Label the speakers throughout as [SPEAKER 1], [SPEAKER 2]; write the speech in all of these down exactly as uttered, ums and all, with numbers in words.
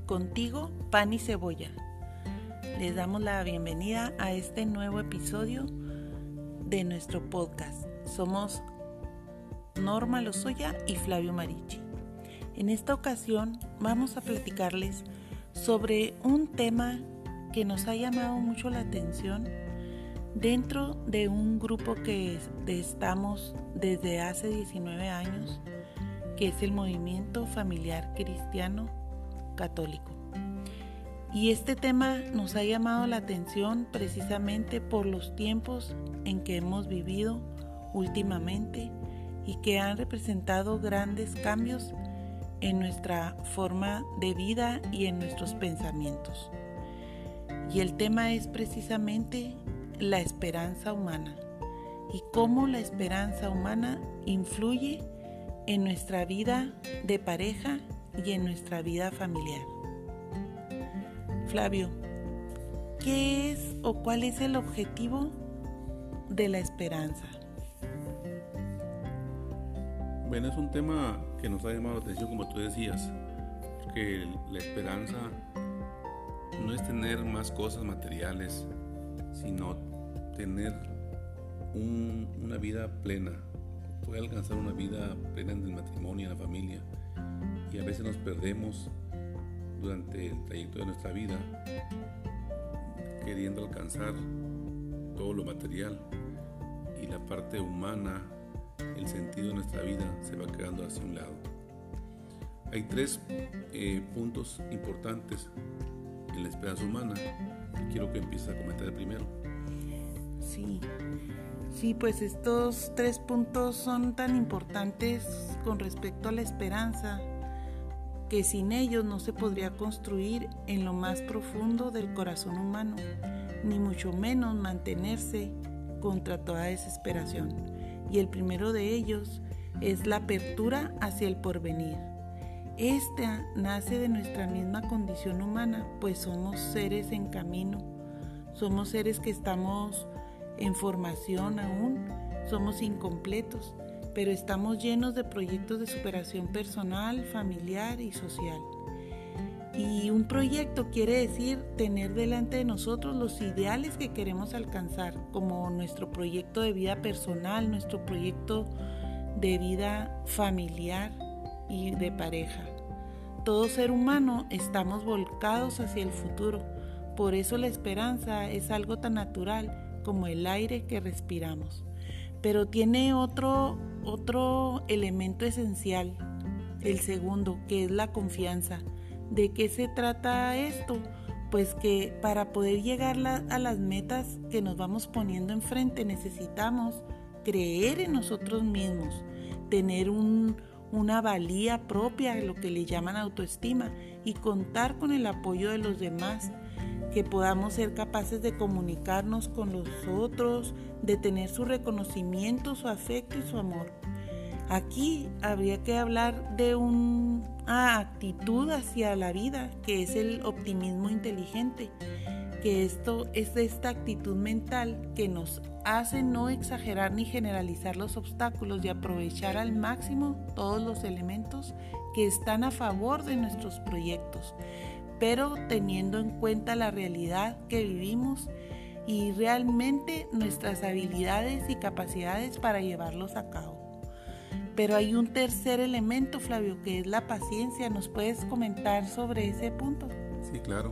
[SPEAKER 1] contigo pan y cebolla. Les damos la bienvenida a este nuevo episodio de nuestro podcast. Somos Norma Lozoya y Flavio Marici. En esta ocasión vamos a platicarles sobre un tema que nos ha llamado mucho la atención dentro de un grupo que estamos desde hace diecinueve años, que es el Movimiento Familiar Cristiano Católico. Y este tema nos ha llamado la atención precisamente por los tiempos en que hemos vivido últimamente y que han representado grandes cambios en nuestra forma de vida y en nuestros pensamientos. Y el tema es precisamente la esperanza humana y cómo la esperanza humana influye en nuestra vida de pareja y en nuestra vida familiar. Flavio, ¿qué es o cuál es el objetivo de la esperanza?
[SPEAKER 2] Bueno, es un tema que nos ha llamado la atención, como tú decías, porque la esperanza no es tener más cosas materiales, sino tener un, una vida plena, poder alcanzar una vida plena en el matrimonio, en la familia. Y a veces nos perdemos durante el trayecto de nuestra vida queriendo alcanzar todo lo material, y la parte humana, el sentido de nuestra vida se va quedando hacia un lado. Hay tres eh, puntos importantes en la esperanza humana. Quiero que empieces a comentar el primero.
[SPEAKER 1] Sí, sí, pues estos tres puntos son tan importantes con respecto a la esperanza, que sin ellos no se podría construir en lo más profundo del corazón humano, ni mucho menos mantenerse contra toda desesperación. Y el primero de ellos es la apertura hacia el porvenir. Esta nace de nuestra misma condición humana, pues somos seres en camino, somos seres que estamos en formación aún, somos incompletos, pero estamos llenos de proyectos de superación personal, familiar y social. Y un proyecto quiere decir tener delante de nosotros los ideales que queremos alcanzar, como nuestro proyecto de vida personal, nuestro proyecto de vida familiar y de pareja. Todo ser humano estamos volcados hacia el futuro, por eso la esperanza es algo tan natural como el aire que respiramos. Pero tiene otro, otro elemento esencial, el segundo, que es la confianza. ¿De qué se trata esto? Pues que para poder llegar la, a las metas que nos vamos poniendo enfrente necesitamos creer en nosotros mismos, tener un, una valía propia, lo que le llaman autoestima, y contar con el apoyo de los demás, que podamos ser capaces de comunicarnos con los otros, de tener su reconocimiento, su afecto y su amor. Aquí habría que hablar de una actitud hacia la vida, que es el optimismo inteligente, que esto es esta actitud mental que nos hace no exagerar ni generalizar los obstáculos y aprovechar al máximo todos los elementos que están a favor de nuestros proyectos, pero teniendo en cuenta la realidad que vivimos y realmente nuestras habilidades y capacidades para llevarlos a cabo. Pero hay un tercer elemento, Flavio, que es la paciencia. ¿Nos puedes comentar sobre ese punto?
[SPEAKER 2] Sí, claro.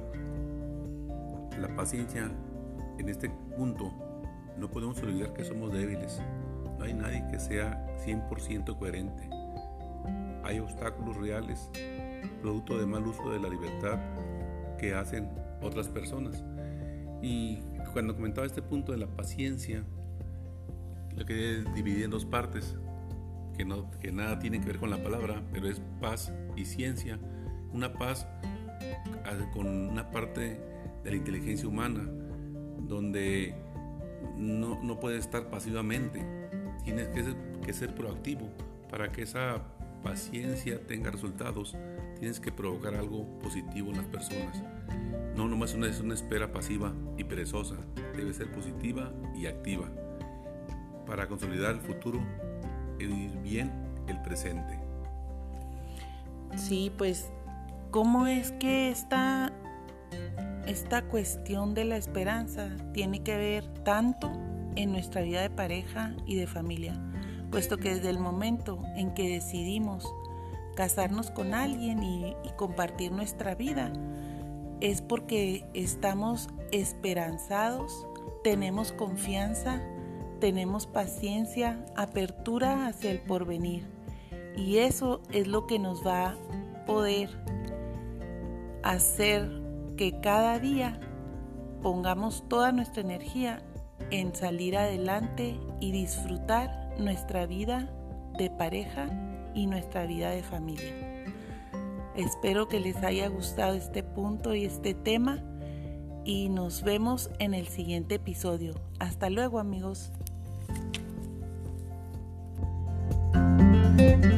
[SPEAKER 2] La paciencia, en este punto, no podemos olvidar que somos débiles. No hay nadie que sea cien por ciento coherente. Hay obstáculos reales, producto de mal uso de la libertad que hacen otras personas. Y cuando comentaba este punto de la paciencia, lo quería dividir en dos partes, que, no, que nada tiene que ver con la palabra, pero es paz y ciencia. Una paz con una parte de la inteligencia humana, donde no, no puedes estar pasivamente, tienes que ser, que ser proactivo. Para que esa paciencia tenga resultados, tienes que provocar algo positivo en las personas. No nomás una, es una espera pasiva y perezosa, debe ser positiva y activa para consolidar el futuro y vivir bien el presente.
[SPEAKER 1] Sí, pues ¿Cómo es que esta, esta cuestión de la esperanza tiene que ver tanto en nuestra vida de pareja y de familia? Puesto que desde el momento en que decidimos casarnos con alguien y, y compartir nuestra vida, es porque estamos esperanzados, tenemos confianza, tenemos paciencia, apertura hacia el porvenir. Y eso es lo que nos va a poder hacer que cada día pongamos toda nuestra energía en salir adelante y disfrutar nuestra vida de pareja y nuestra vida de familia. Espero que les haya gustado este punto y este tema y nos vemos en el siguiente episodio. Hasta luego, amigos.